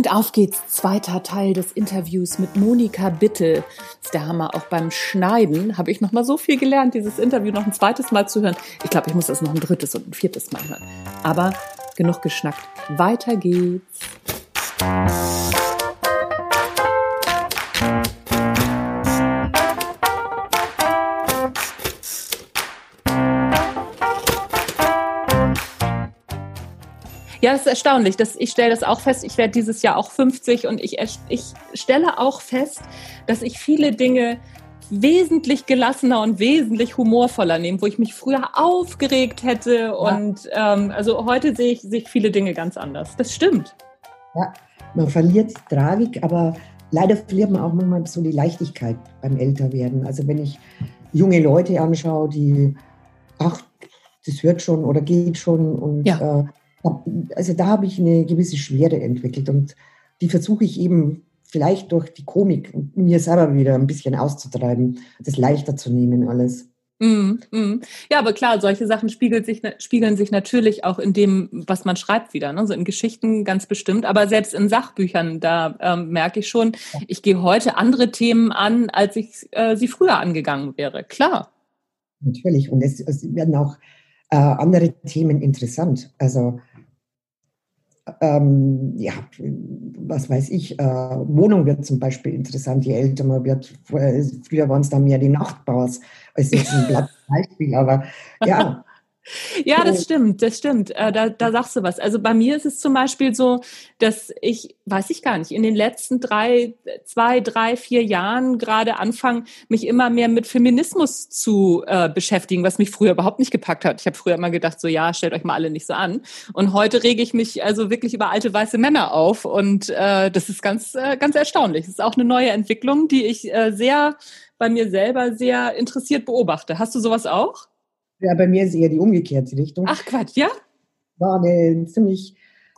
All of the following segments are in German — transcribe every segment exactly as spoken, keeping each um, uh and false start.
Und auf geht's, zweiter Teil des Interviews mit Monika Bittel. Das ist der Hammer. Auch beim Schneiden habe ich noch mal so viel gelernt, dieses Interview noch ein zweites Mal zu hören. Ich glaube, ich muss das noch ein drittes und ein viertes Mal hören. Aber genug geschnackt. Weiter geht's. Ja, das ist erstaunlich. Das, ich stelle das auch fest. Ich werde dieses Jahr auch fünfzig und ich, ich stelle auch fest, dass ich viele Dinge wesentlich gelassener und wesentlich humorvoller nehme, wo ich mich früher aufgeregt hätte. Und ja. ähm, also heute sehe ich, sehe ich viele Dinge ganz anders. Das stimmt. Ja, man verliert die Tragik, aber leider verliert man auch manchmal so die Leichtigkeit beim Älterwerden. Also wenn ich junge Leute anschaue, die, ach, das wird schon oder geht schon und ja. äh, also da habe ich eine gewisse Schwere entwickelt und die versuche ich eben vielleicht durch die Komik mir selber wieder ein bisschen auszutreiben, das leichter zu nehmen alles. Mm, mm. Ja, aber klar, solche Sachen spiegeln sich, spiegeln sich natürlich auch in dem, was man schreibt wieder, ne? So in Geschichten ganz bestimmt, aber selbst in Sachbüchern, da ähm, merke ich schon, ich gehe heute andere Themen an, als ich äh, sie früher angegangen wäre, klar. Natürlich, und es, es werden auch äh, andere Themen interessant, also Ähm, ja, was weiß ich, äh, Wohnung wird zum Beispiel interessant, je älter man wird. Früher waren es dann mehr die Nachtbars. Es ist jetzt ein blattes Beispiel, aber ja. Ja, das stimmt, das stimmt. Äh, da, da sagst du was. Also bei mir ist es zum Beispiel so, dass ich, weiß ich gar nicht, in den letzten drei, zwei, drei, vier Jahren gerade anfange, mich immer mehr mit Feminismus zu äh, beschäftigen, was mich früher überhaupt nicht gepackt hat. Ich habe früher immer gedacht, so ja, stellt euch mal alle nicht so an. Und heute rege ich mich also wirklich über alte weiße Männer auf. Und äh, das ist ganz, äh, ganz erstaunlich. Das ist auch eine neue Entwicklung, die ich äh, sehr bei mir selber sehr interessiert beobachte. Hast du sowas auch? Ja, bei mir ist eher die umgekehrte Richtung. Ach Quatsch, ja? War eine ziemlich,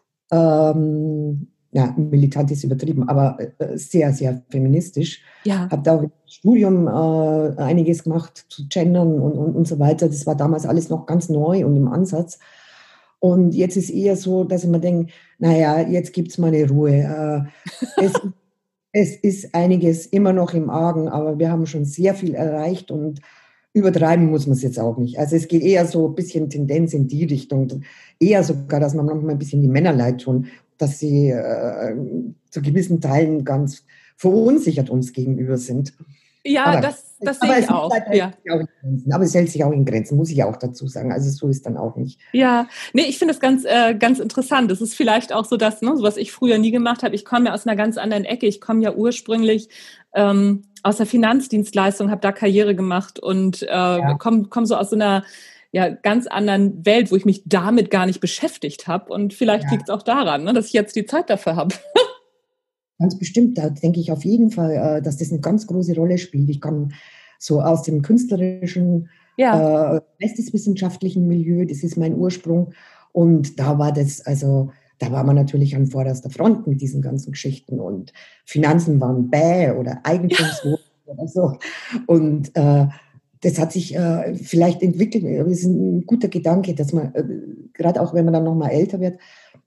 ähm, ja, militant ist übertrieben, aber äh, sehr, sehr feministisch. Ja. Habe da im Studium äh, einiges gemacht zu gendern und, und, und so weiter. Das war damals alles noch ganz neu und im Ansatz. Und jetzt ist eher so, dass ich mir denke, naja, jetzt gibt es mal eine Ruhe. Äh, es, es ist einiges immer noch im Argen, aber wir haben schon sehr viel erreicht und übertreiben muss man es jetzt auch nicht. Also es geht eher so ein bisschen Tendenz in die Richtung. Eher sogar, dass man manchmal ein bisschen die Männer leid tun, dass sie äh, zu gewissen Teilen ganz verunsichert uns gegenüber sind. Ja, aber, das, das sehe ich auch. Halt Ja. auch aber es hält sich auch in Grenzen, muss ich auch dazu sagen. Also so ist dann auch nicht. Ja, nee, ich finde es ganz, äh, ganz interessant. Das ist vielleicht auch so das, ne, so was ich früher nie gemacht habe. Ich komme ja aus einer ganz anderen Ecke. Ich komme ja ursprünglich ähm, aus der Finanzdienstleistung, habe da Karriere gemacht und äh, ja. komme komm so aus so einer ja, ganz anderen Welt, wo ich mich damit gar nicht beschäftigt habe. Und vielleicht ja. liegt es auch daran, ne, dass ich jetzt die Zeit dafür habe. Ganz bestimmt, da denke ich auf jeden Fall, dass das eine ganz große Rolle spielt. Ich komme so aus dem künstlerischen, ja. äh, geisteswissenschaftlichen Milieu, das ist mein Ursprung. Und da war das, also da war man natürlich an vorderster Front mit diesen ganzen Geschichten und Finanzen waren bäh oder Eigentumswohnungen ja. oder so. Und äh, das hat sich äh, vielleicht entwickelt. Es ist ein guter Gedanke, dass man, äh, gerade auch wenn man dann nochmal älter wird,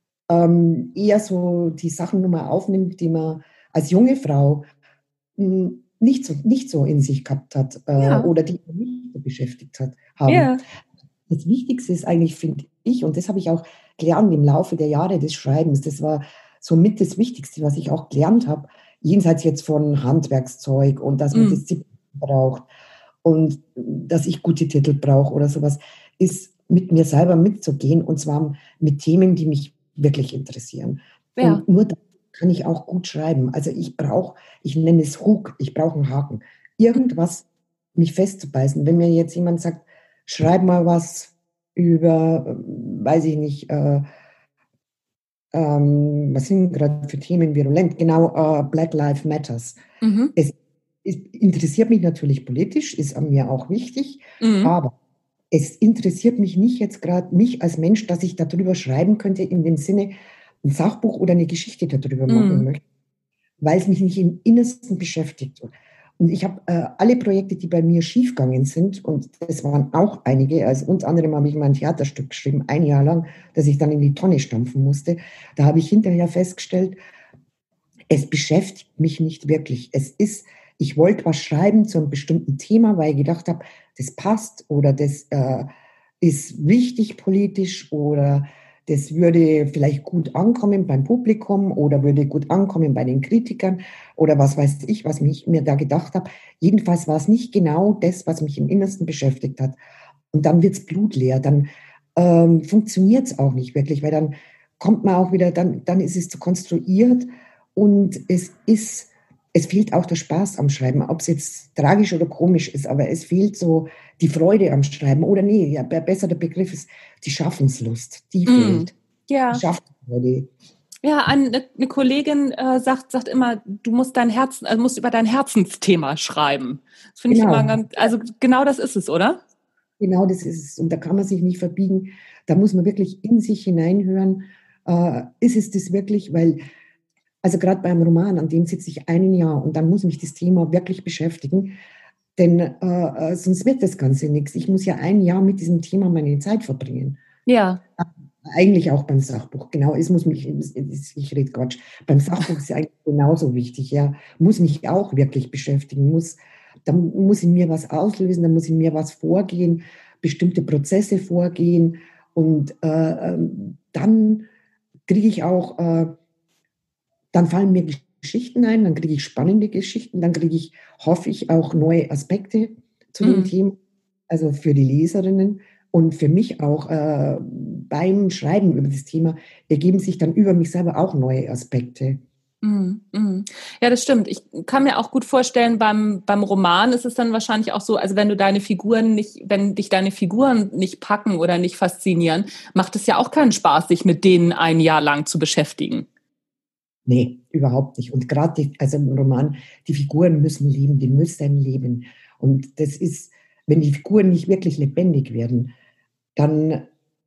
ähm, eher so die Sachen nochmal aufnimmt, die man als junge Frau mh, nicht so, nicht so in sich gehabt hat äh, ja. oder die nicht so beschäftigt hat, haben. Ja. Das Wichtigste ist eigentlich, finde ich, und das habe ich auch gelernt im Laufe der Jahre des Schreibens, das war somit das Wichtigste, was ich auch gelernt habe, jenseits jetzt von Handwerkszeug und dass man mm. Disziplin braucht und dass ich gute Titel brauche oder sowas, ist mit mir selber mitzugehen und zwar mit Themen, die mich wirklich interessieren. Ja. Und nur dann kann ich auch gut schreiben. Also ich brauche, ich nenne es Hook, ich brauche einen Haken. Irgendwas, mich festzubeißen. Wenn mir jetzt jemand sagt, schreib mal was über, weiß ich nicht, äh, ähm, was sind gerade für Themen virulent? Genau, äh, Black Lives Matters. Mhm. Es, es interessiert mich natürlich politisch, ist an mir auch wichtig, mhm. aber es interessiert mich nicht jetzt gerade, mich als Mensch, dass ich darüber schreiben könnte, in dem Sinne, ein Sachbuch oder eine Geschichte darüber machen mm. möchte, weil es mich nicht im Innersten beschäftigt. Und ich habe äh, alle Projekte, die bei mir schiefgegangen sind, und das waren auch einige, also unter anderem habe ich mal ein Theaterstück geschrieben, ein Jahr lang, das ich dann in die Tonne stampfen musste. Da habe ich hinterher festgestellt, Es beschäftigt mich nicht wirklich. Es ist, ich wollte was schreiben zu einem bestimmten Thema, weil ich gedacht habe, das passt oder das äh, ist wichtig politisch oder das würde vielleicht gut ankommen beim Publikum oder würde gut ankommen bei den Kritikern oder was weiß ich, was mich mir da gedacht habe. Jedenfalls war es nicht genau das, was mich im Innersten beschäftigt hat. Und dann wird es blutleer, dann ähm, funktioniert es auch nicht wirklich, weil dann kommt man auch wieder, dann, dann ist es zu konstruiert und es ist, es fehlt auch der Spaß am Schreiben, ob es jetzt tragisch oder komisch ist, aber es fehlt so die Freude am Schreiben. Oder nee, ja, besser der Begriff ist die Schaffenslust, die Mm, fehlt. ja. Die Schaffensfreude. Ja, eine, eine Kollegin äh, sagt, sagt immer, du musst dein Herzen, also musst über dein Herzensthema schreiben. Das finde Genau. ich immer ganz, also genau das ist es, oder? Genau das ist es. Und da kann man sich nicht verbiegen. Da muss man wirklich in sich hineinhören. Äh, ist es das wirklich? Weil, also gerade beim Roman, an dem sitze ich ein Jahr und dann muss mich das Thema wirklich beschäftigen. Denn äh, sonst wird das Ganze nichts. Ich muss ja ein Jahr mit diesem Thema meine Zeit verbringen. Ja. Eigentlich auch beim Sachbuch, genau. Es muss mich, ich rede Quatsch. Beim Sachbuch ist es eigentlich genauso wichtig, ja. Muss mich auch wirklich beschäftigen, muss, da muss in mir was auslösen, da muss in mir was vorgehen, bestimmte Prozesse vorgehen und äh, dann kriege ich auch, äh, dann fallen mir Geschichten ein, dann kriege ich spannende Geschichten, dann kriege ich, hoffe ich, auch neue Aspekte zu Mhm. dem Thema, also für die Leserinnen. Und für mich auch äh, beim Schreiben über das Thema ergeben sich dann über mich selber auch neue Aspekte. Mm, mm. Ja, das stimmt. Ich kann mir auch gut vorstellen, beim, beim Roman ist es dann wahrscheinlich auch so, also wenn du deine Figuren nicht, wenn dich deine Figuren nicht packen oder nicht faszinieren, macht es ja auch keinen Spaß, sich mit denen ein Jahr lang zu beschäftigen. Nee, überhaupt nicht. Und gerade, also im Roman, die Figuren müssen leben, die müssen leben. Und das ist, wenn die Figuren nicht wirklich lebendig werden, dann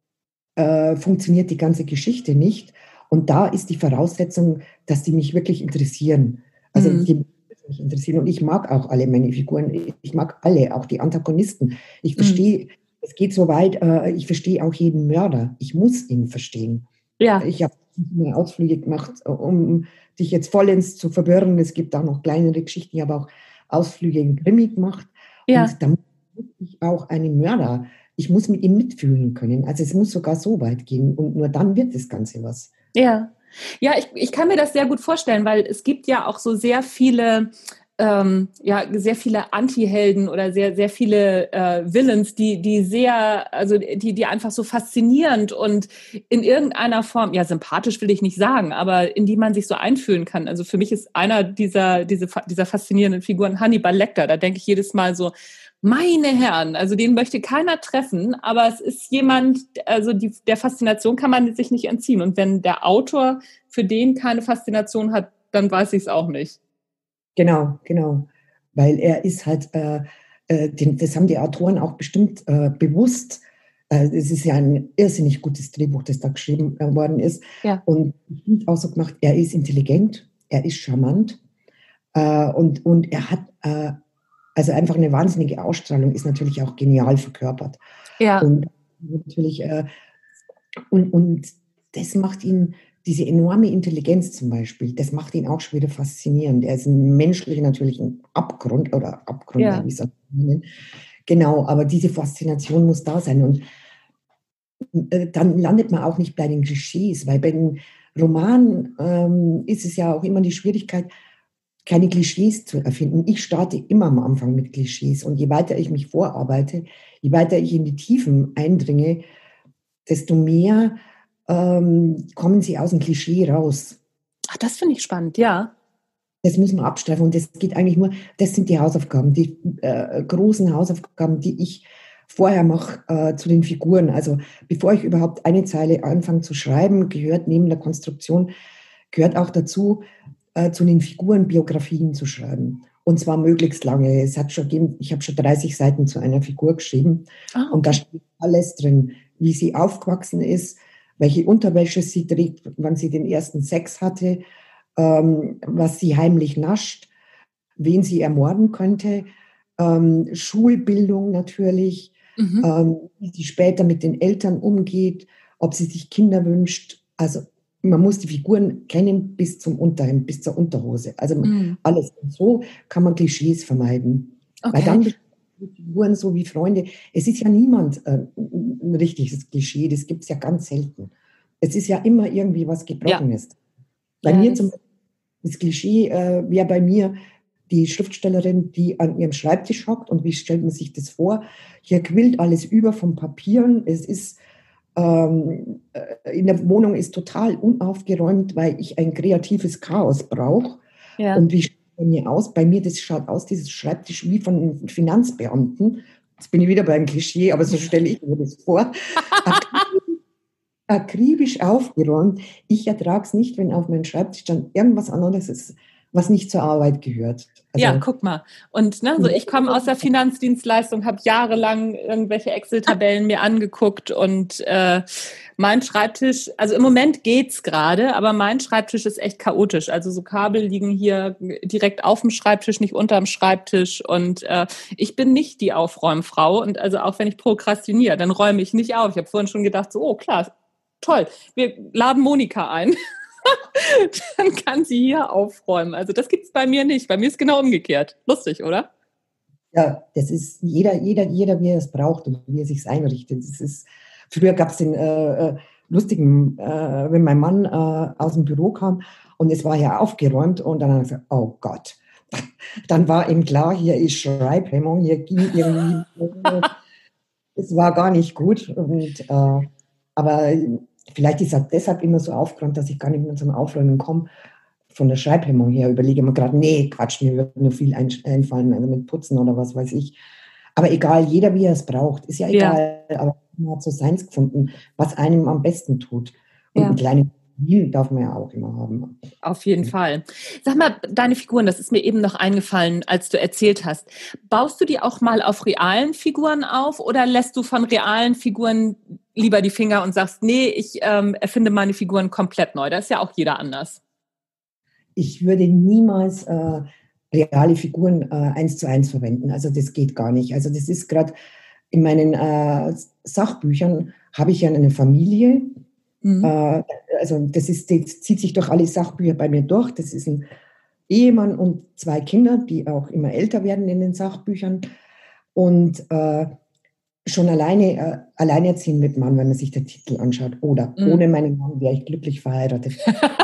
äh, funktioniert die ganze Geschichte nicht. Und da ist die Voraussetzung, dass die mich wirklich interessieren. Also Mhm. die mich interessieren. Und ich mag auch alle meine Figuren. Ich mag alle, auch die Antagonisten. Ich verstehe, mhm. es geht so weit, äh, ich verstehe auch jeden Mörder. Ich muss ihn verstehen. Ja. Ich habe Ausflüge gemacht, um dich jetzt vollends zu verwirren. Es gibt auch noch kleinere Geschichten. Ich habe auch Ausflüge in Krimi gemacht. Ja. Und da muss ich auch einen Mörder, ich muss mit ihm mitfühlen können. Also es muss sogar so weit gehen. Und nur dann wird das Ganze was. Ja, ja, ich, ich kann mir das sehr gut vorstellen, weil es gibt ja auch so sehr viele, ähm, ja, sehr viele Anti-Helden oder sehr, sehr viele äh, Villains, die, die sehr, also die, die einfach so faszinierend und in irgendeiner Form, ja, sympathisch will ich nicht sagen, aber in die man sich so einfühlen kann. Also für mich ist einer dieser, diese, dieser faszinierenden Figuren Hannibal Lecter. Da denke ich jedes Mal so, meine Herren, also den möchte keiner treffen, aber es ist jemand, also die, der Faszination kann man sich nicht entziehen. Und wenn der Autor für den keine Faszination hat, dann weiß ich es auch nicht. Genau, genau. Weil er ist halt, äh, äh, den, das haben die Autoren auch bestimmt äh, bewusst, äh, es ist ja ein irrsinnig gutes Drehbuch, das da geschrieben äh, worden ist. Ja. Und bestimmt auch so gemacht, er ist intelligent, er ist charmant äh, und, und er hat äh, also einfach eine wahnsinnige Ausstrahlung, ist natürlich auch genial verkörpert. Ja. Und natürlich, äh, und, und das macht ihn, diese enorme Intelligenz zum Beispiel, das macht ihn auch schon wieder faszinierend. Er ist ein menschlicher natürlich ein Abgrund oder Abgrund, Ja. wie soll ich nennen. Genau, aber diese Faszination muss da sein. Und äh, dann landet man auch nicht bei den Klischees, weil bei den Romanen ähm, ist es ja auch immer die Schwierigkeit, keine Klischees zu erfinden. Ich starte immer am Anfang mit Klischees und je weiter ich mich vorarbeite, je weiter ich in die Tiefen eindringe, desto mehr ähm, kommen sie aus dem Klischee raus. Ach, das finde ich spannend, ja. Das muss man abstreifen und das geht eigentlich nur, das sind die Hausaufgaben, die äh, großen Hausaufgaben, die ich vorher mache äh, zu den Figuren. Also bevor ich überhaupt eine Zeile anfange zu schreiben, gehört neben der Konstruktion, gehört auch dazu, äh, zu den Figuren Biografien zu schreiben. Und zwar möglichst lange. Es hat schon gegeben, ich habe schon dreißig Seiten zu einer Figur geschrieben. Ah, okay. Und da steht alles drin, wie sie aufgewachsen ist, welche Unterwäsche sie trägt, wann sie den ersten Sex hatte, ähm, was sie heimlich nascht, wen sie ermorden könnte, ähm, Schulbildung natürlich, mhm. ähm, wie sie später mit den Eltern umgeht, ob sie sich Kinder wünscht. Also man muss die Figuren kennen bis zum Unterhemd, bis zur Unterhose. Also mhm. alles. Und so kann man Klischees vermeiden. Okay. Weil dann die Figuren so wie Freunde. Es ist ja niemand äh, ein richtiges Klischee, das gibt es ja ganz selten. Es ist ja immer irgendwie was Gebrochenes. Ja. Bei ja, mir zum Beispiel, das Klischee äh, wäre bei mir die Schriftstellerin, die an ihrem Schreibtisch hockt, und wie stellt man sich das vor? Hier quillt alles über von Papieren. Es ist ähm, in der Wohnung ist total unaufgeräumt, weil ich ein kreatives Chaos brauche. Ja. Und wie schaut es bei mir aus? Bei mir, das schaut aus, dieses Schreibtisch wie von einem Finanzbeamten. Jetzt bin ich wieder beim Klischee, aber so stelle ich mir das vor. Akribisch aufgeräumt. Ich ertrage es nicht, wenn auf meinem Schreibtisch dann irgendwas anderes ist, was nicht zur Arbeit gehört. Also, ja, guck mal. Und ne, so ich komme aus der Finanzdienstleistung, habe jahrelang irgendwelche Excel-Tabellen mir angeguckt und äh, mein Schreibtisch, also im Moment geht's gerade, aber mein Schreibtisch ist echt chaotisch. Also so Kabel liegen hier direkt auf dem Schreibtisch, nicht unterm Schreibtisch, und äh, ich bin nicht die Aufräumfrau, und also auch wenn ich prokrastiniere, dann räume ich nicht auf. Ich habe vorhin schon gedacht, so, oh klar, toll, wir laden Monika ein. Dann kann sie hier aufräumen. Also das gibt es bei mir nicht. Bei mir ist genau umgekehrt. Lustig, oder? Ja, das ist jeder, jeder, jeder, wie er es braucht und wie er sich einrichtet. Das ist, früher gab es den äh, äh, lustigen, äh, wenn mein Mann äh, aus dem Büro kam und es war ja aufgeräumt, und dann hat er gesagt, oh Gott. Dann war ihm klar, hier ist Schreibhemmung, hier ging irgendwie, es war gar nicht gut. Und, äh, aber vielleicht ist er deshalb immer so aufgeräumt, dass ich gar nicht mehr zum Aufräumen komme. Von der Schreibhemmung her überlege ich mir gerade, nee, Quatsch, mir wird nur viel einfallen, also mit Putzen oder was weiß ich. Aber egal, jeder wie er es braucht, ist ja egal. Ja. Aber man hat so seins gefunden, was einem am besten tut. Und ja. Einen kleinen Stil darf man ja auch immer haben. Auf jeden Fall. Sag mal, deine Figuren, das ist mir eben noch eingefallen, als du erzählt hast. Baust du die auch mal auf realen Figuren auf, oder lässt du von realen Figuren lieber die Finger und sagst, nee, ich ähm, erfinde meine Figuren komplett neu? Da ist ja auch jeder anders. Ich würde niemals äh, reale Figuren äh, eins zu eins verwenden. Also das geht gar nicht. Also das ist gerade in meinen äh, Sachbüchern, habe ich ja eine Familie. Mhm. Äh, also das, ist, das zieht sich durch alle Sachbücher bei mir durch. Das ist ein Ehemann und zwei Kinder, die auch immer älter werden in den Sachbüchern. Und äh, schon alleine, äh, alleinerziehend mit Mann, wenn man sich den Titel anschaut. Oder mhm. ohne meinen Mann wäre ich glücklich verheiratet.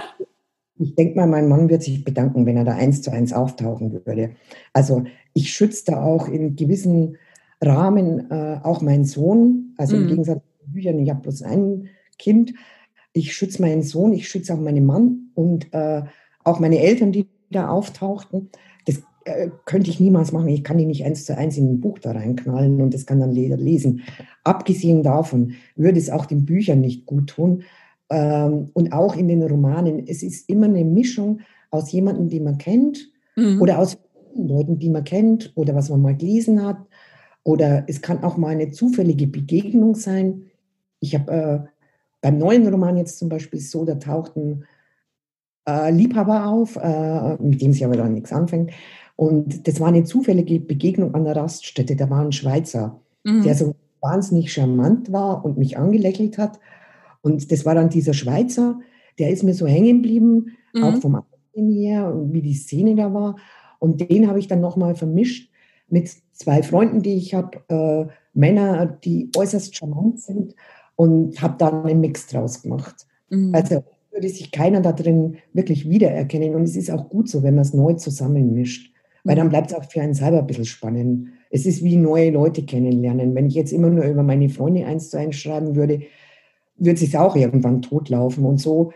Ich denke mal, mein Mann wird sich bedanken, wenn er da eins zu eins auftauchen würde. Also ich schütze da auch in gewissen Rahmen äh, auch meinen Sohn. Also mhm. im Gegensatz zu den Büchern, ich habe bloß ein Kind. Ich schütze meinen Sohn, ich schütze auch meinen Mann und äh, auch meine Eltern, die da auftauchten. Das äh, könnte ich niemals machen. Ich kann die nicht eins zu eins in ein Buch da reinknallen und das kann dann jeder lesen. Abgesehen davon würde es auch den Büchern nicht gut tun. Ähm, und auch in den Romanen. Es ist immer eine Mischung aus jemandem, den man kennt, mhm. oder aus Leuten, die man kennt oder was man mal gelesen hat. Oder es kann auch mal eine zufällige Begegnung sein. Ich habe äh, beim neuen Roman jetzt zum Beispiel so, da taucht ein äh, Liebhaber auf, äh, mit dem sie aber dann nichts anfängt. Und das war eine zufällige Begegnung an der Raststätte. Da war ein Schweizer, mhm. der so wahnsinnig charmant war und mich angelächelt hat. Und das war dann dieser Schweizer, der ist mir so hängen geblieben, mhm. auch vom Aussehen her und wie die Szene da war. Und den habe ich dann nochmal vermischt mit zwei Freunden, die ich habe, äh, Männer, die äußerst charmant sind, und habe dann einen Mix draus gemacht. Mhm. Also würde sich keiner da drin wirklich wiedererkennen. Und es ist auch gut so, wenn man es neu zusammenmischt, weil dann bleibt es auch für einen selber ein bisschen spannend. Es ist wie neue Leute kennenlernen. Wenn ich jetzt immer nur über meine Freunde eins zu eins schreiben würde, wird sich auch irgendwann totlaufen. Und so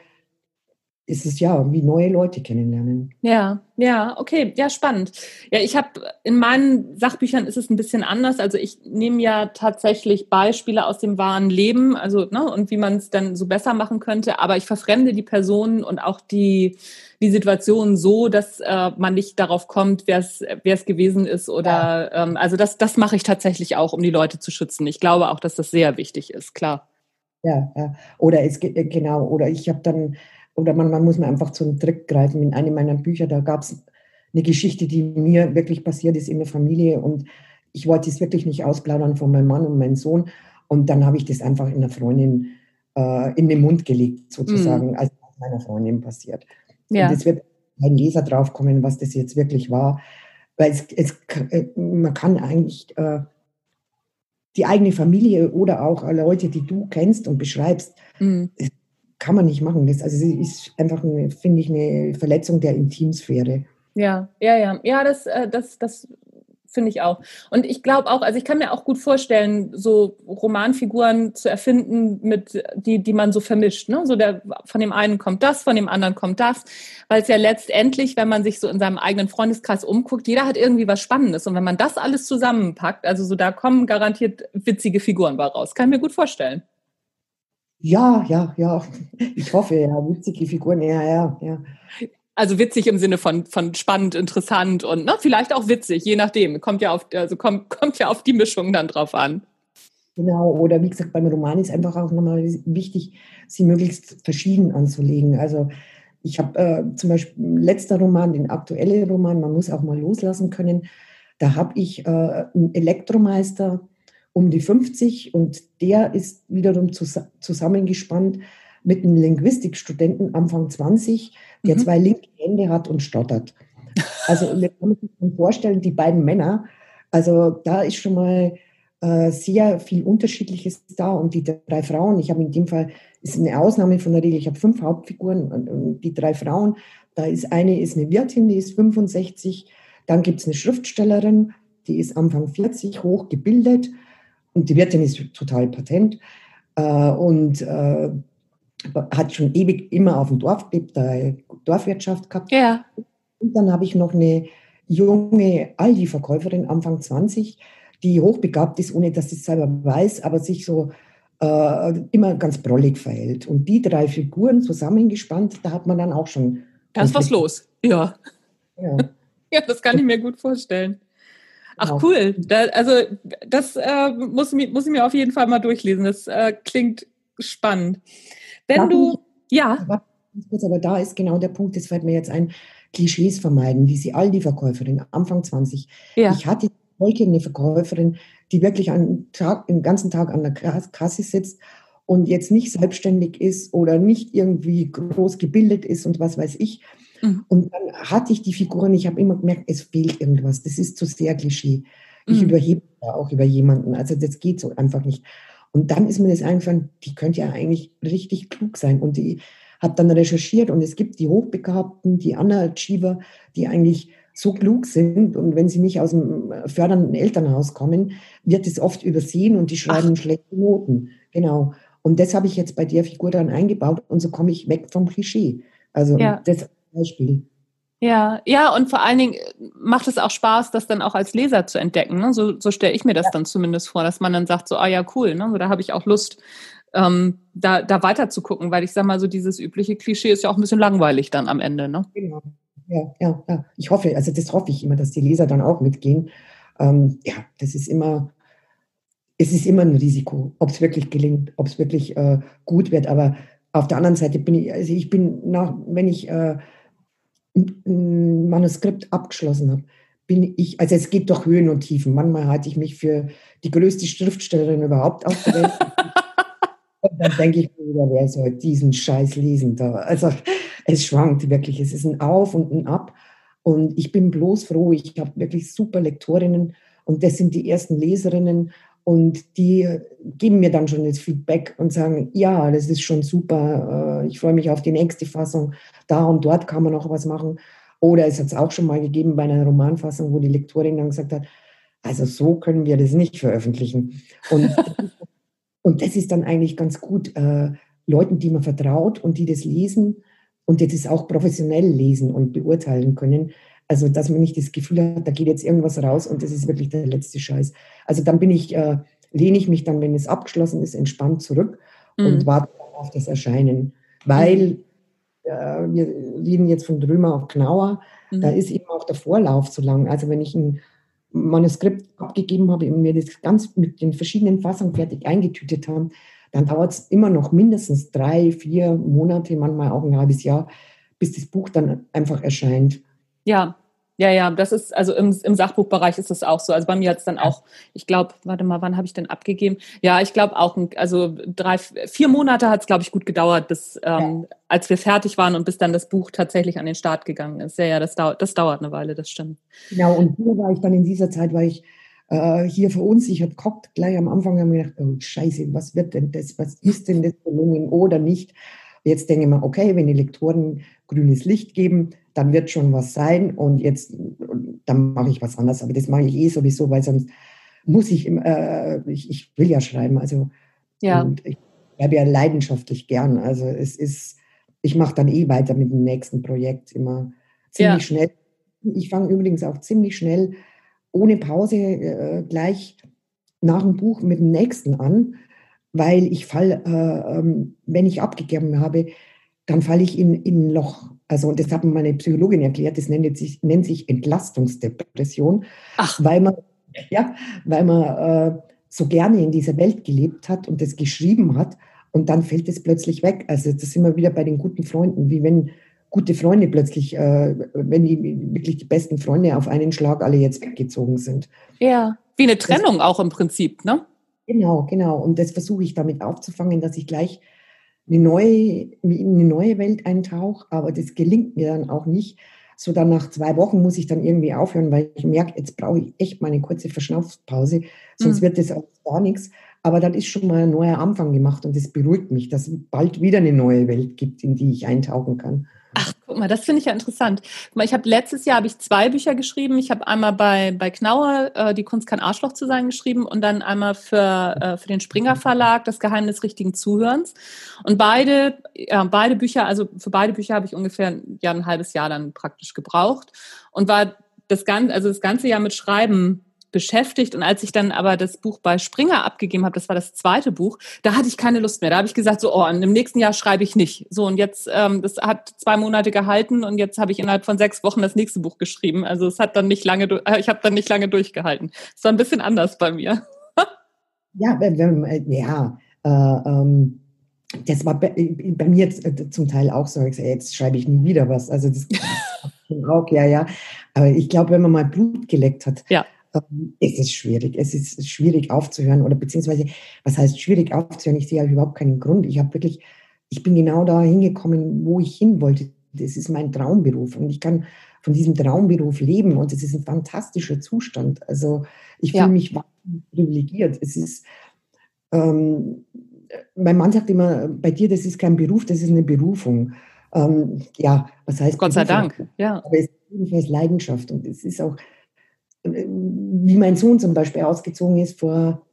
ist es ja wie neue Leute kennenlernen. Ja, ja, okay, ja, spannend. Ja, ich habe in meinen Sachbüchern ist es ein bisschen anders. Also ich nehme ja tatsächlich Beispiele aus dem wahren Leben, also ne, und wie man es dann so besser machen könnte. Aber ich verfremde die Personen und auch die die Situation so, dass äh, man nicht darauf kommt, wer es wer es gewesen ist oder ja. ähm, also das das mache ich tatsächlich auch, um die Leute zu schützen. Ich glaube auch, dass das sehr wichtig ist, klar. Ja, ja. Oder es genau, oder ich habe dann, oder man, man muss mir einfach zu einem Trick greifen. In einem meiner Bücher, da gab es eine Geschichte, die mir wirklich passiert ist in der Familie, und ich wollte es wirklich nicht ausplaudern von meinem Mann und meinem Sohn, und dann habe ich das einfach in der Freundin äh, in den Mund gelegt, sozusagen, mm. als meiner Freundin passiert. Ja. Und es wird kein Leser draufkommen, was das jetzt wirklich war. Weil es, es, man kann eigentlich äh, die eigene Familie oder auch Leute, die du kennst und beschreibst, mhm. kann man nicht machen. Das, also es ist einfach, finde ich, eine Verletzung der Intimsphäre. Ja, ja, ja. Ja, das, das, das finde ich auch. Und ich glaube auch, also ich kann mir auch gut vorstellen, so Romanfiguren zu erfinden, mit die, die man so vermischt. Ne? So der, von dem einen kommt das, von dem anderen kommt das. Weil es ja letztendlich, wenn man sich so in seinem eigenen Freundeskreis umguckt, jeder hat irgendwie was Spannendes. Und wenn man das alles zusammenpackt, also so da kommen garantiert witzige Figuren bei raus. Kann ich mir gut vorstellen. Ja, ja, ja. Ich hoffe, ja, witzige Figuren, ja, ja, ja. Also witzig im Sinne von, von spannend, interessant und ne, vielleicht auch witzig, je nachdem. Kommt ja auf, also kommt, kommt ja auf die Mischung dann drauf an. Genau, oder wie gesagt, beim Roman ist einfach auch nochmal wichtig, sie möglichst verschieden anzulegen. Also ich habe äh, zum Beispiel letzter Roman, den aktuellen Roman, man muss auch mal loslassen können. Da habe ich äh, einen Elektromeister um die fünfzig und der ist wiederum zus- zusammengespannt mit einem Linguistikstudenten Anfang zwanzig, der mhm. zwei linke Hände hat und stottert. Also wir können uns vorstellen, die beiden Männer, also da ist schon mal äh, sehr viel Unterschiedliches da und die drei Frauen, ich habe in dem Fall, ist eine Ausnahme von der Regel, ich habe fünf Hauptfiguren und, und die drei Frauen, da ist eine ist eine Wirtin, die ist fünfundsechzig, dann gibt es eine Schriftstellerin, die ist Anfang vierzig, hochgebildet und die Wirtin ist total patent äh, und äh, hat schon ewig immer auf dem Dorf gelebt, eine Dorfwirtschaft gehabt. Ja. Und dann habe ich noch eine junge Aldi-Verkäuferin, Anfang zwanzig, die hochbegabt ist, ohne dass sie es selber weiß, aber sich so äh, immer ganz brollig verhält. Und die drei Figuren zusammengespannt, da hat man dann auch schon... Da ist was los, ja. Ja, ja, das kann ich mir gut vorstellen. Ach genau. Cool, da, also das äh, muss, muss ich mir auf jeden Fall mal durchlesen, das äh, klingt spannend. Wenn Darf du, ich, ja. Kurz, aber da ist genau der Punkt, das fällt mir jetzt ein, Klischees vermeiden, wie sie Aldi-Verkäuferin, Anfang zwanzig. Ja. Ich hatte heute eine Verkäuferin, die wirklich einen Tag, den ganzen Tag an der Kasse sitzt und jetzt nicht selbstständig ist oder nicht irgendwie groß gebildet ist und was weiß ich. Mhm. Und dann hatte ich die Figuren, ich habe immer gemerkt, es fehlt irgendwas, das ist zu sehr Klischee. Ich mhm. überhebe da auch über jemanden, also das geht so einfach nicht. Und dann ist mir das eingefallen, die könnte ja eigentlich richtig klug sein. Und die habe dann recherchiert und es gibt die Hochbegabten, die Underachiever, die eigentlich so klug sind. Und wenn sie nicht aus dem fördernden Elternhaus kommen, wird es oft übersehen und die schreiben Ach. schlechte Noten. Genau. Und das habe ich jetzt bei der Figur dann eingebaut und so komme ich weg vom Klischee. Also ja. das Beispiel. Ja, ja, und vor allen Dingen macht es auch Spaß, das dann auch als Leser zu entdecken. Ne? So, so stelle ich mir das ja. dann zumindest vor, dass man dann sagt, so, ah ja, cool, ne? So, da habe ich auch Lust, ähm, da, da weiter zu gucken, weil ich sag mal, so dieses übliche Klischee ist ja auch ein bisschen langweilig dann am Ende. Ne? Genau. Ja, ja, ja. Ich hoffe, also das hoffe ich immer, dass die Leser dann auch mitgehen. Ähm, ja, das ist immer, es ist immer ein Risiko, ob es wirklich gelingt, ob es wirklich äh, gut wird. Aber auf der anderen Seite bin ich, also ich bin nach, wenn ich äh, ein Manuskript abgeschlossen habe, bin ich, also es geht durch Höhen und Tiefen. Manchmal halte ich mich für die größte Schriftstellerin überhaupt auf der Welt. Und dann denke ich mir wieder, wer soll diesen Scheiß lesen da? Also es schwankt wirklich, es ist ein Auf und ein Ab. Und ich bin bloß froh, ich habe wirklich super Lektorinnen und das sind die ersten Leserinnen und die geben mir dann schon das Feedback und sagen, ja, das ist schon super, ich freue mich auf die nächste Fassung, da und dort kann man noch was machen. Oder es hat es auch schon mal gegeben bei einer Romanfassung, wo die Lektorin dann gesagt hat, also so können wir das nicht veröffentlichen. Und, und das ist dann eigentlich ganz gut, äh, Leuten, die man vertraut und die das lesen und die das auch professionell lesen und beurteilen können. Also, dass man nicht das Gefühl hat, da geht jetzt irgendwas raus und das ist wirklich der letzte Scheiß. Also dann bin ich, äh, lehne ich mich dann, wenn es abgeschlossen ist, entspannt zurück mhm. und warte auf das Erscheinen. Weil mhm. äh, wir reden jetzt von Drömer auf Knauer, mhm. da ist eben auch der Vorlauf zu lang. Also wenn ich ein Manuskript abgegeben habe und mir das ganz mit den verschiedenen Fassungen fertig eingetütet habe, dann dauert es immer noch mindestens drei, vier Monate, manchmal auch ein halbes Jahr, bis das Buch dann einfach erscheint. Ja, Ja, ja, das ist, also im, im Sachbuchbereich ist das auch so. Also bei mir hat es dann auch, ich glaube, warte mal, wann habe ich denn abgegeben? Ja, ich glaube auch, also drei, vier Monate hat es, glaube ich, gut gedauert, bis, ähm, ja. als wir fertig waren und bis dann das Buch tatsächlich an den Start gegangen ist. Ja, ja, das dauert, das dauert eine Weile, das stimmt. Genau, und hier war ich dann in dieser Zeit, war ich äh, hier verunsichert, geguckt, gleich am Anfang haben wir gedacht, oh Scheiße, was wird denn das, was ist denn das gelungen oder nicht? Jetzt denke ich mir, okay, wenn die Lektoren grünes Licht geben, dann wird schon was sein und jetzt, dann mache ich was anderes. Aber das mache ich eh sowieso, weil sonst muss ich, äh, ich, ich will ja schreiben, also ja. Und ich schreibe ja leidenschaftlich gern. Also es ist, ich mache dann eh weiter mit dem nächsten Projekt immer ziemlich ja. schnell. Ich fange übrigens auch ziemlich schnell, ohne Pause, äh, gleich nach dem Buch mit dem nächsten an, weil ich fall, äh, ähm, wenn ich abgegeben habe, dann falle ich in, in ein Loch. Also, und das hat mir meine Psychologin erklärt, das nennt sich, nennt sich Entlastungsdepression, Ach. weil man, ja, weil man äh, so gerne in dieser Welt gelebt hat und das geschrieben hat und dann fällt es plötzlich weg. Also das sind wir wieder bei den guten Freunden, wie wenn gute Freunde plötzlich, äh, wenn die wirklich die besten Freunde auf einen Schlag alle jetzt weggezogen sind. Ja, wie eine Trennung das, auch im Prinzip, ne? Genau, genau. Und das versuche ich damit aufzufangen, dass ich gleich eine neue, in eine neue Welt eintauche, aber das gelingt mir dann auch nicht. So dann nach zwei Wochen muss ich dann irgendwie aufhören, weil ich merke, jetzt brauche ich echt mal eine kurze Verschnaufpause, sonst mhm. wird das auch gar nichts. Aber dann ist schon mal ein neuer Anfang gemacht und das beruhigt mich, dass es bald wieder eine neue Welt gibt, in die ich eintauchen kann. Ach, guck mal, das finde ich ja interessant. Guck mal, ich habe letztes Jahr habe ich zwei Bücher geschrieben. Ich habe einmal bei bei Knauer äh, Die Kunst kein Arschloch zu sein geschrieben und dann einmal für äh, für den Springer Verlag Das Geheimnis richtigen Zuhörens. Und beide ja, beide Bücher, also für beide Bücher habe ich ungefähr ja, ein halbes Jahr dann praktisch gebraucht und war das ganze also das ganze Jahr mit Schreiben beschäftigt. Und als ich dann aber das Buch bei Springer abgegeben habe, das war das zweite Buch, da hatte ich keine Lust mehr. Da habe ich gesagt, so, oh, im nächsten Jahr schreibe ich nicht. So, und jetzt, ähm, das hat zwei Monate gehalten und jetzt habe ich innerhalb von sechs Wochen das nächste Buch geschrieben. Also es hat dann nicht lange, äh, ich habe dann nicht lange durchgehalten. Es war ein bisschen anders bei mir. Ja, ja, äh, ähm, das war bei, bei mir jetzt, äh, zum Teil auch so. Ich sage, jetzt schreibe ich nie wieder was. Also das auch, ja, ja. Aber ich glaube, wenn man mal Blut geleckt hat, ja. Es ist schwierig. Es ist schwierig aufzuhören oder beziehungsweise, was heißt schwierig aufzuhören? Ich sehe ja überhaupt keinen Grund. Ich habe wirklich, ich bin genau da hingekommen, wo ich hin wollte. Das ist mein Traumberuf und ich kann von diesem Traumberuf leben und es ist ein fantastischer Zustand. Also ich fühle ja. mich privilegiert. Es ist, ähm, mein Mann sagt immer, bei dir, das ist kein Beruf, das ist eine Berufung. Ähm, ja, was heißt Gott sei Dank, ja. Aber es ist jedenfalls Leidenschaft und es ist auch, wie mein Sohn zum Beispiel ausgezogen ist vor,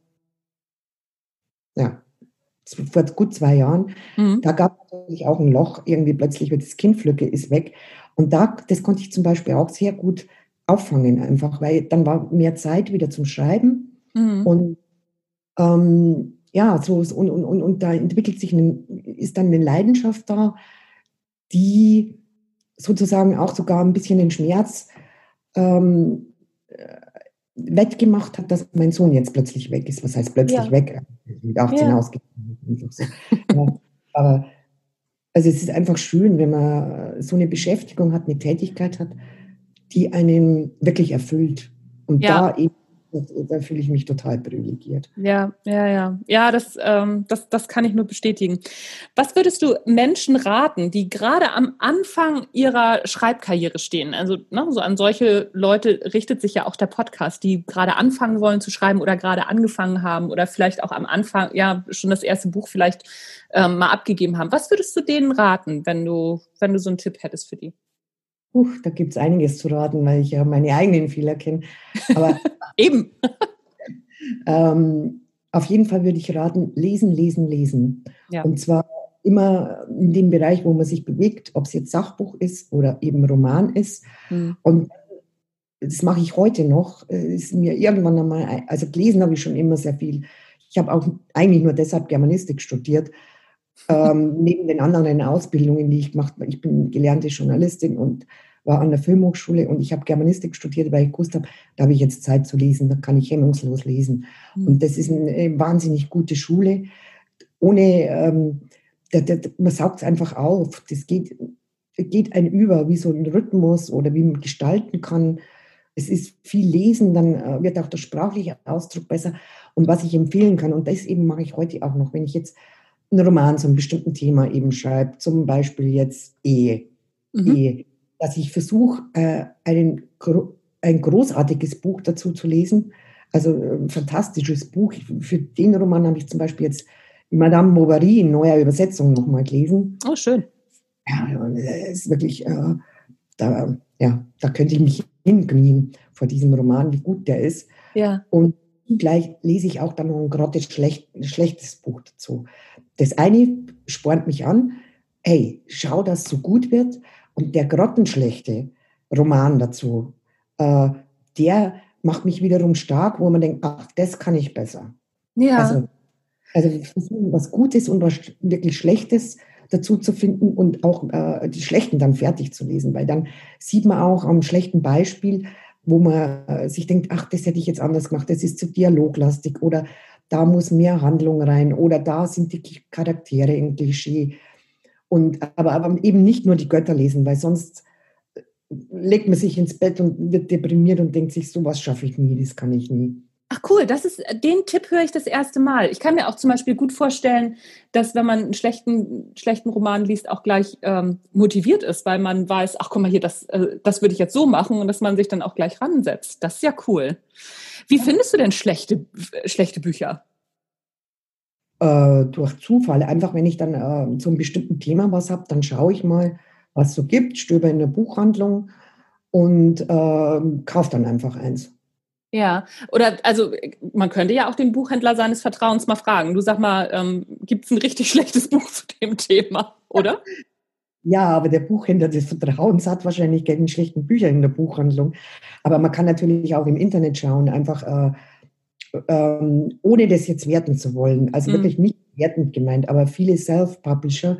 ja, vor gut zwei Jahren, mhm. da gab es natürlich auch ein Loch, irgendwie plötzlich wird das Kinnflücke ist weg. Und da, das konnte ich zum Beispiel auch sehr gut auffangen einfach, weil dann war mehr Zeit wieder zum Schreiben mhm. und ähm, ja, so und, und, und, und da entwickelt sich, eine, ist dann eine Leidenschaft da, die sozusagen auch sogar ein bisschen den Schmerz ähm, wettgemacht hat, dass mein Sohn jetzt plötzlich weg ist. Was heißt plötzlich ja. weg? Mit achtzehn ja. ausgegangen. So. Ja, aber also es ist einfach schön, wenn man so eine Beschäftigung hat, eine Tätigkeit hat, die einen wirklich erfüllt. Und ja. da eben, da fühle ich mich total privilegiert. Ja, ja, ja. Ja, das, ähm, das, das kann ich nur bestätigen. Was würdest du Menschen raten, die gerade am Anfang ihrer Schreibkarriere stehen? Also ne, so an solche Leute richtet sich ja auch der Podcast, die gerade anfangen wollen zu schreiben oder gerade angefangen haben oder vielleicht auch am Anfang ja schon das erste Buch vielleicht ähm, mal abgegeben haben. Was würdest du denen raten, wenn du, wenn du so einen Tipp hättest für die? Puh, da gibt es einiges zu raten, weil ich ja meine eigenen Fehler kenne. Aber eben. ähm, auf jeden Fall würde ich raten, lesen, lesen, lesen. Ja. Und zwar immer in dem Bereich, wo man sich bewegt, ob es jetzt Sachbuch ist oder eben Roman ist. Mhm. Und das mache ich heute noch. Ist mir irgendwann einmal, also gelesen habe ich schon immer sehr viel. Ich habe auch eigentlich nur deshalb Germanistik studiert. ähm, neben den anderen Ausbildungen, die ich gemacht habe. Ich bin gelernte Journalistin und war an der Filmhochschule und ich habe Germanistik studiert, weil ich gewusst habe, da habe ich jetzt Zeit zu lesen, da kann ich hemmungslos lesen. Mhm. Und das ist eine wahnsinnig gute Schule. Ohne, ähm, da, da, man saugt es einfach auf. Das geht, geht ein über, wie so ein Rhythmus oder wie man gestalten kann. Es ist viel Lesen, dann äh, wird auch der sprachliche Ausdruck besser. Und was ich empfehlen kann, und das eben mache ich heute auch noch, wenn ich jetzt einen Roman zu einem bestimmten Thema eben schreibe, zum Beispiel jetzt Ehe, mhm. Ehe, dass ich versuche, äh, einen, ein großartiges Buch dazu zu lesen, also ein fantastisches Buch. Für den Roman habe ich zum Beispiel jetzt Madame Bovary in neuer Übersetzung nochmal gelesen. Oh, schön. Ja, es ist wirklich, äh, da, ja, da könnte ich mich hinknien vor diesem Roman, wie gut der ist. Ja. Und gleich lese ich auch dann noch ein grottig schlecht, schlechtes Buch dazu. Das eine spornt mich an, hey, schau, dass es so gut wird. Und der grottenschlechte Roman dazu, äh, der macht mich wiederum stark, wo man denkt, ach, das kann ich besser. Ja. Also, also was Gutes und was wirklich Schlechtes dazu zu finden und auch äh, die Schlechten dann fertig zu lesen, weil dann sieht man auch am schlechten Beispiel, wo man äh, sich denkt, ach, das hätte ich jetzt anders gemacht, das ist zu dialoglastig oder da muss mehr Handlung rein oder da sind die Charaktere im Klischee. Und, aber, aber eben nicht nur die Götter lesen, weil sonst legt man sich ins Bett und wird deprimiert und denkt sich, sowas schaffe ich nie, das kann ich nie. Ach cool, das ist, den Tipp höre ich das erste Mal. Ich kann mir auch zum Beispiel gut vorstellen, dass wenn man einen schlechten, schlechten Roman liest, auch gleich ähm, motiviert ist, weil man weiß, ach guck mal hier, das, äh, das würde ich jetzt so machen und dass man sich dann auch gleich ransetzt. Das ist ja cool. Wie ja. findest du denn schlechte, schlechte Bücher? Äh, durch Zufall. Einfach, wenn ich dann äh, zu einem bestimmten Thema was habe, dann schaue ich mal, was es so gibt, stöber in der Buchhandlung und äh, kaufe dann einfach eins. Ja, oder also man könnte ja auch den Buchhändler seines Vertrauens mal fragen. Du sag mal, ähm, gibt es ein richtig schlechtes Buch zu dem Thema, oder? Ja, aber der Buchhändler des Vertrauens hat wahrscheinlich keine schlechten Bücher in der Buchhandlung. Aber man kann natürlich auch im Internet schauen, einfach äh, ähm, ohne das jetzt werten zu wollen. Also mhm. wirklich nicht wertend gemeint, aber viele Self-Publisher,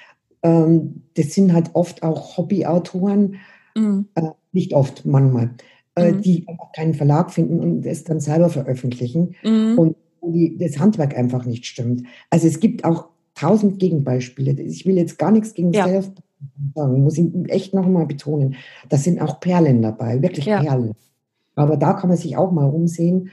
ähm, das sind halt oft auch Hobbyautoren, mhm. äh, nicht oft, manchmal. Mhm. die einfach keinen Verlag finden und es dann selber veröffentlichen mhm. und die, das Handwerk einfach nicht stimmt. Also es gibt auch tausend Gegenbeispiele. Ich will jetzt gar nichts gegen ja. Self sagen, muss ich echt nochmal betonen. Da sind auch Perlen dabei, wirklich ja. Perlen. Aber da kann man sich auch mal umsehen.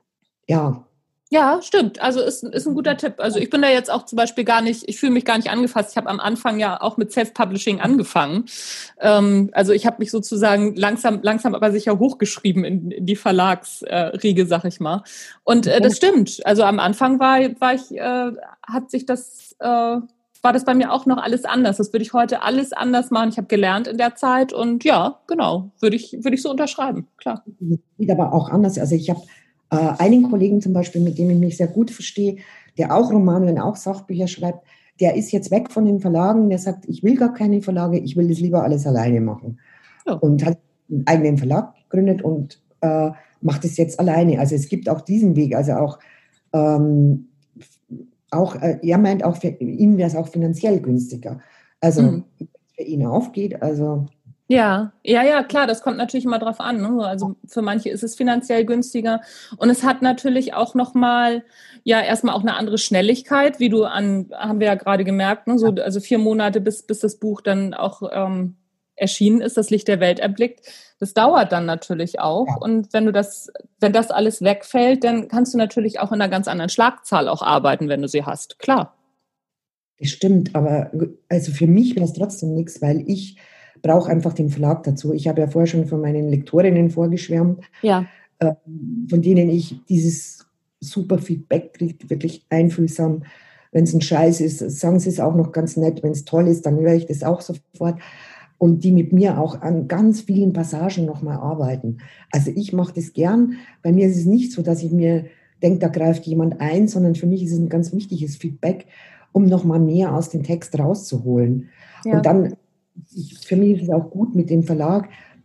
Ja. Ja, stimmt. Also ist, ist ein guter Tipp. Also ich bin da jetzt auch zum Beispiel gar nicht, ich fühle mich gar nicht angefasst. Ich habe am Anfang ja auch mit Self-Publishing angefangen. Ähm, also ich habe mich sozusagen langsam, langsam aber sicher hochgeschrieben in, in die Verlagsriege, äh, sag ich mal. Und äh, das stimmt. Also am Anfang war, war ich, äh, hat sich das, äh, war das bei mir auch noch alles anders. Das würde ich heute alles anders machen. Ich habe gelernt in der Zeit und ja, genau, würde ich, würde ich so unterschreiben, klar. Sieht aber auch anders. Also ich habe Äh, einen Kollegen zum Beispiel, mit dem ich mich sehr gut verstehe, der auch Romane und auch Sachbücher schreibt, der ist jetzt weg von den Verlagen, der sagt, ich will gar keine Verlage, ich will das lieber alles alleine machen. Oh. Und hat einen eigenen Verlag gegründet und äh, macht es jetzt alleine. Also es gibt auch diesen Weg, also auch, ähm, auch äh, er meint auch, für ihn wäre es auch finanziell günstiger. Also mhm. wenn es für ihn aufgeht, also... Ja, ja, ja, klar, das kommt natürlich immer drauf an. Ne? Also für manche ist es finanziell günstiger und es hat natürlich auch nochmal, ja, erstmal auch eine andere Schnelligkeit, wie du an, haben wir ja gerade gemerkt, ne? So, also vier Monate, bis, bis das Buch dann auch ähm, erschienen ist, das Licht der Welt erblickt. Das dauert dann natürlich auch ja. Und wenn du das, wenn das alles wegfällt, dann kannst du natürlich auch in einer ganz anderen Schlagzahl auch arbeiten, wenn du sie hast, klar. Das stimmt, aber also für mich wäre es trotzdem nichts, weil ich brauche einfach den Verlag dazu. Ich habe ja vorher schon von meinen Lektorinnen vorgeschwärmt, ja. äh, von denen ich dieses super Feedback kriege, wirklich einfühlsam. Wenn es ein Scheiß ist, sagen sie es auch noch ganz nett. Wenn es toll ist, dann höre ich das auch sofort. Und die mit mir auch an ganz vielen Passagen nochmal arbeiten. Also ich mache das gern. Bei mir ist es nicht so, dass ich mir denke, da greift jemand ein, sondern für mich ist es ein ganz wichtiges Feedback, um nochmal mehr aus dem Text rauszuholen. Ja. Und dann Ich, für mich ist es auch gut mit dem Verlag,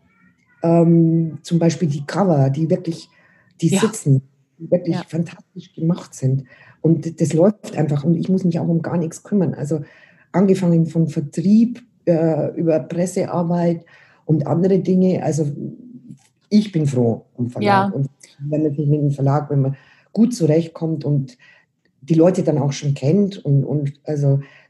ähm, zum Beispiel die Cover, die wirklich, die ja. sitzen, die wirklich ja. fantastisch gemacht sind. Und das läuft einfach und ich muss mich auch um gar nichts kümmern. Also angefangen von Vertrieb äh, über Pressearbeit und andere Dinge. Also ich bin froh am Verlag. Ja. Und wenn man sich mit dem Verlag, wenn man gut zurechtkommt und die Leute dann auch schon kennt und, und also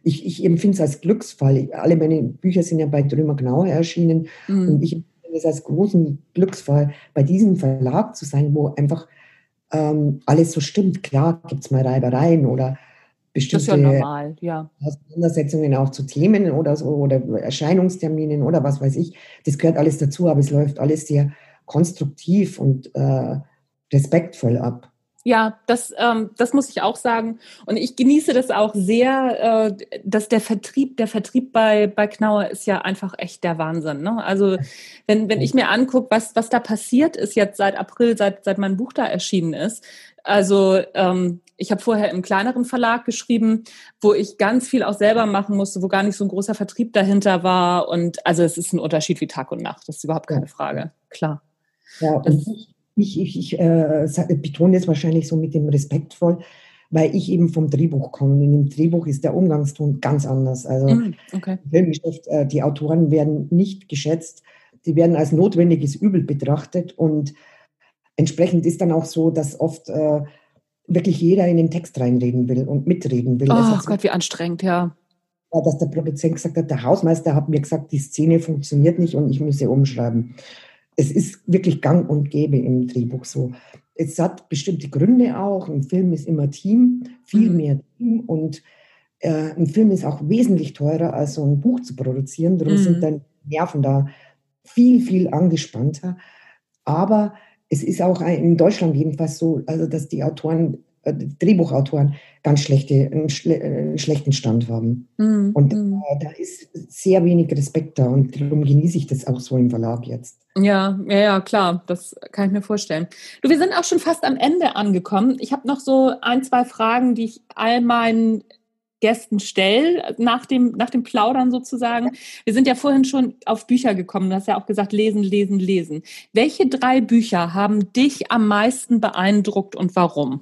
ich, ich empfinde es als Glücksfall. Alle meine Bücher sind ja bei Trömer Knauer erschienen mhm. und ich empfinde es als großen Glücksfall, bei diesem Verlag zu sein, wo einfach ähm, alles so stimmt. Klar gibt es mal Reibereien oder bestimmte das ist ja normal, ja. Auseinandersetzungen auch zu Themen oder so oder Erscheinungsterminen oder was weiß ich. Das gehört alles dazu, aber es läuft alles sehr konstruktiv und äh, respektvoll ab. Ja, das, ähm, das muss ich auch sagen. Und ich genieße das auch sehr, äh, dass der Vertrieb, der Vertrieb bei, bei Knauer ist ja einfach echt der Wahnsinn. Ne? Also wenn, wenn ich mir angucke, was, was da passiert ist jetzt seit April, seit, seit mein Buch da erschienen ist. Also ähm, ich habe vorher im kleineren Verlag geschrieben, wo ich ganz viel auch selber machen musste, wo gar nicht so ein großer Vertrieb dahinter war. Und also es ist ein Unterschied wie Tag und Nacht. Das ist überhaupt keine Frage. Klar. Ja, und ich, ich, ich äh, betone das wahrscheinlich so mit dem respektvoll, weil ich eben vom Drehbuch komme. In dem Drehbuch ist der Umgangston ganz anders. Also mm, okay. Im Filmgeschäft, äh, die Autoren werden nicht geschätzt, die werden als notwendiges Übel betrachtet und entsprechend ist dann auch so, dass oft äh, wirklich jeder in den Text reinreden will und mitreden will. Oh Gott, wie anstrengend, ja. Dass der Produzent gesagt hat, der Hausmeister hat mir gesagt, die Szene funktioniert nicht und ich müsse umschreiben. Es ist wirklich gang und gäbe im Drehbuch so. Es hat bestimmte Gründe auch. Ein Film ist immer Team, viel mhm. mehr Team. Und äh, ein Film ist auch wesentlich teurer, als so ein Buch zu produzieren. Darum mhm. sind dann Nerven da viel, viel angespannter. Aber es ist auch in Deutschland jedenfalls so, also dass die Autoren, äh, Drehbuchautoren ganz schlechte, einen, schle einen schlechten Stand haben. Mhm. Und äh, da ist sehr wenig Respekt da. Und darum genieße ich das auch so im Verlag jetzt. Ja, ja, ja, klar, das kann ich mir vorstellen. Du, wir sind auch schon fast am Ende angekommen. Ich habe noch so ein, zwei Fragen, die ich all meinen Gästen stelle, nach dem, nach dem Plaudern sozusagen. Wir sind ja vorhin schon auf Bücher gekommen. Du hast ja auch gesagt, lesen, lesen, lesen. Welche drei Bücher haben dich am meisten beeindruckt und warum?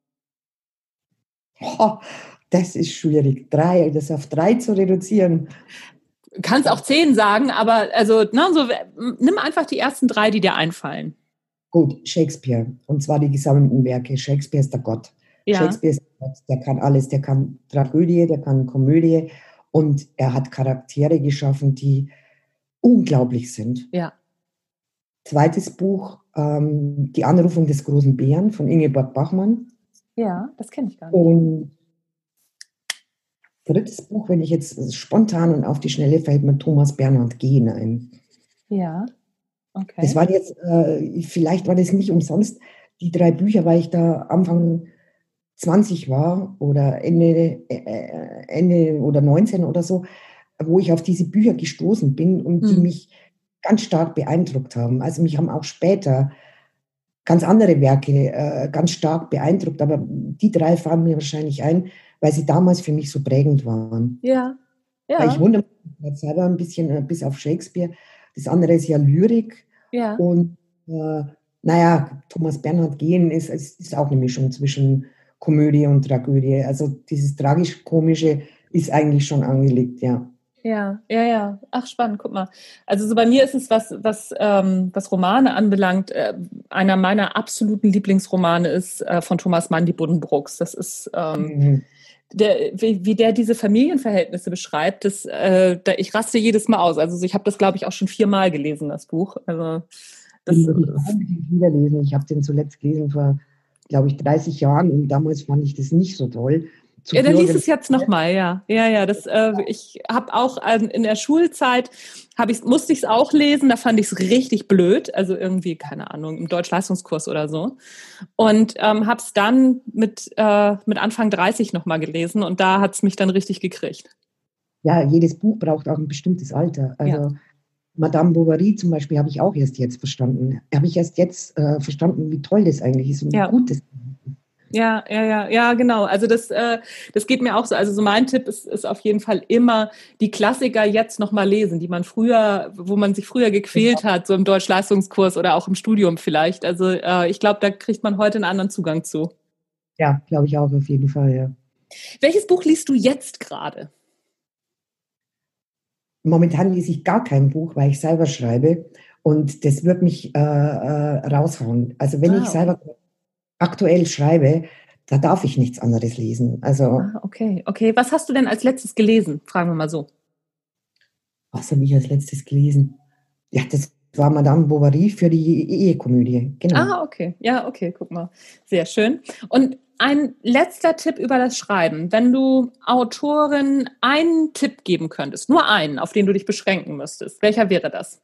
Oh, das ist schwierig, drei, das auf drei zu reduzieren. Kannst auch zehn sagen, aber also ne, so, nimm einfach die ersten drei, die dir einfallen. Gut, Shakespeare, und zwar die gesammelten Werke. Shakespeare ist der Gott. Ja. Shakespeare ist der Gott, der kann alles. Der kann Tragödie, der kann Komödie und er hat Charaktere geschaffen, die unglaublich sind. Ja. Zweites Buch, ähm, Die Anrufung des großen Bären von Ingeborg Bachmann. Ja, das kenne ich gar nicht. Und drittes Buch, wenn ich jetzt spontan und auf die Schnelle fällt mir Thomas Bernhard Gehen ein. Ja, okay. Das war jetzt, äh, vielleicht war das nicht umsonst, die drei Bücher, weil ich da Anfang zwanzig war oder Ende, äh, Ende oder neunzehn oder so, wo ich auf diese Bücher gestoßen bin und hm. die mich ganz stark beeindruckt haben. Also mich haben auch später ganz andere Werke äh, ganz stark beeindruckt, aber die drei fallen mir wahrscheinlich ein, weil sie damals für mich so prägend waren. Ja, ja. Weil ich wundere mich selber ein bisschen, äh, bis auf Shakespeare. Das andere ist ja Lyrik. Ja. Und äh, naja, Thomas Bernhard Gehen ist, ist, ist auch eine Mischung zwischen Komödie und Tragödie. Also dieses tragisch-komische ist eigentlich schon angelegt, ja. Ja, ja, ja. Ach, spannend, guck mal. Also so bei mir ist es, was, was, ähm, was Romane anbelangt, äh, einer meiner absoluten Lieblingsromane ist äh, von Thomas Mann, Die Buddenbrooks. Das ist, ähm, mhm. der, wie, wie der diese Familienverhältnisse beschreibt, das, äh, da, ich raste jedes Mal aus. Also ich habe das, glaube ich, auch schon viermal gelesen, das Buch. Also das, ich unbedingt wieder lesen. Ich habe den zuletzt gelesen vor, glaube ich, dreißig Jahren und damals fand ich das nicht so toll. Ja, dann lies es jetzt nochmal, ja. Ja, ja, das, äh, ich habe auch äh, in der Schulzeit, hab ich, musste ich es auch lesen, da fand ich es richtig blöd, also irgendwie, keine Ahnung, im Deutschleistungskurs oder so. Und ähm, habe es dann mit, äh, mit Anfang dreißig nochmal gelesen und da hat es mich dann richtig gekriegt. Ja, jedes Buch braucht auch ein bestimmtes Alter. Also ja. Madame Bovary zum Beispiel habe ich auch erst jetzt verstanden. Habe ich erst jetzt äh, verstanden, wie toll das eigentlich ist und wie ja. gut das ist. Ja, ja, ja, ja, genau. Also das, äh, das geht mir auch so. Also so mein Tipp ist, ist auf jeden Fall immer die Klassiker jetzt nochmal lesen, die man früher, wo man sich früher gequält hat, so im Deutschleistungskurs oder auch im Studium vielleicht. Also äh, ich glaube, da kriegt man heute einen anderen Zugang zu. Ja, glaube ich auch auf jeden Fall, ja. Welches Buch liest du jetzt gerade? Momentan lese ich gar kein Buch, weil ich selber schreibe und das wird mich äh, äh, raushauen. Also wenn ah, ich selber aktuell schreibe, da darf ich nichts anderes lesen. Also, ah, okay, okay. Was hast du denn als letztes gelesen? Fragen wir mal so. Was habe ich als letztes gelesen? Ja, das war Madame Bovary für die Ehekomödie. Genau. Ah, okay. Ja, okay, guck mal. Sehr schön. Und ein letzter Tipp über das Schreiben. Wenn du Autorin einen Tipp geben könntest, nur einen, auf den du dich beschränken müsstest, welcher wäre das?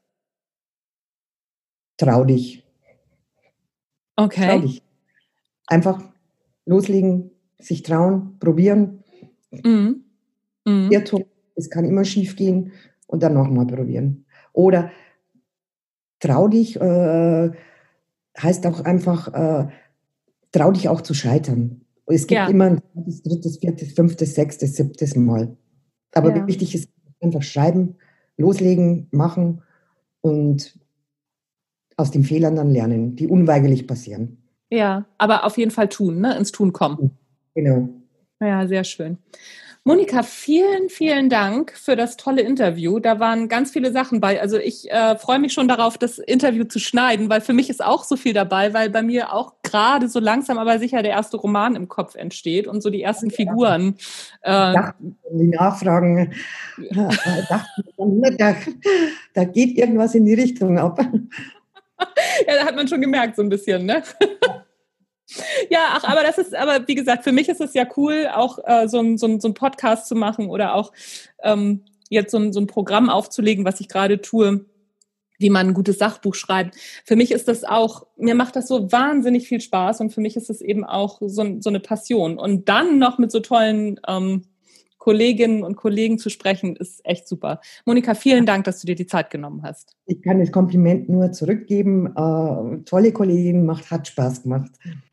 Trau dich. Okay. Trau dich. Einfach loslegen, sich trauen, probieren. Mhm. Mhm. Irrtum, es kann immer schief gehen und dann nochmal probieren. Oder trau dich, äh, heißt auch einfach, äh, trau dich auch zu scheitern. Es gibt Ja. immer ein zweites, drittes, viertes, fünftes, sechstes, siebtes Mal. Aber Ja. wichtig ist einfach schreiben, loslegen, machen und aus den Fehlern dann lernen, die unweigerlich passieren. Ja, aber auf jeden Fall tun, ne? Ins Tun kommen. Genau. Ja, sehr schön. Monika, vielen, vielen Dank für das tolle Interview. Da waren ganz viele Sachen bei. Also ich äh, freue mich schon darauf, das Interview zu schneiden, weil für mich ist auch so viel dabei, weil bei mir auch gerade so langsam aber sicher der erste Roman im Kopf entsteht und so die ersten Figuren. Äh, dachte, die Nachfragen, dachte, da, da geht irgendwas in die Richtung ab. Ja, da hat man schon gemerkt so ein bisschen, ne? Ja, ach, aber das ist, aber wie gesagt, für mich ist es ja cool, auch äh, so ein so ein so ein Podcast zu machen oder auch ähm, jetzt so ein so ein Programm aufzulegen, was ich gerade tue, wie man ein gutes Sachbuch schreibt. Für mich ist das auch, mir macht das so wahnsinnig viel Spaß und für mich ist es eben auch so, so eine Passion. Und dann noch mit so tollen ähm, Kolleginnen und Kollegen zu sprechen, ist echt super. Monika, vielen Dank, dass du dir die Zeit genommen hast. Ich kann das Kompliment nur zurückgeben. Äh, tolle Kollegin, macht, hat Spaß gemacht.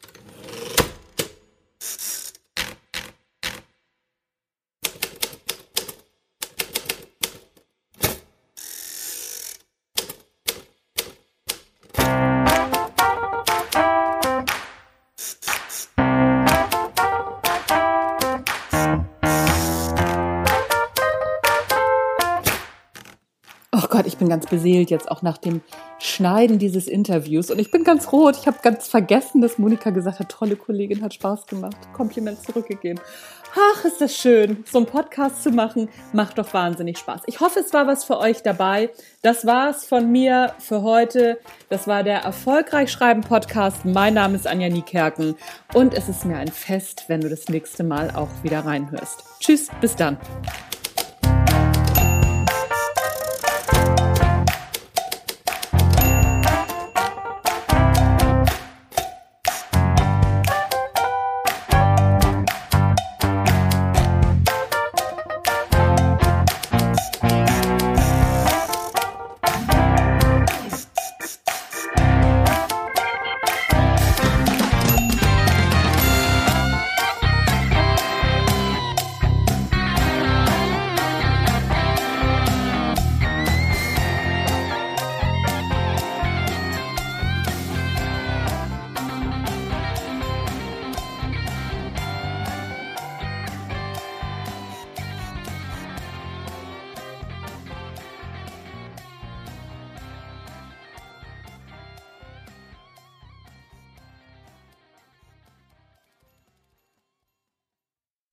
Oh Gott, ich bin ganz beseelt jetzt auch nach dem Schneiden dieses Interviews. Und ich bin ganz rot. Ich habe ganz vergessen, dass Monika gesagt hat, tolle Kollegin, hat Spaß gemacht. Kompliment zurückgegeben. Ach, ist das schön. So einen Podcast zu machen, macht doch wahnsinnig Spaß. Ich hoffe, es war was für euch dabei. Das war's von mir für heute. Das war der Erfolgreich Schreiben Podcast. Mein Name ist Anja Niekerken. Und es ist mir ein Fest, wenn du das nächste Mal auch wieder reinhörst. Tschüss, bis dann.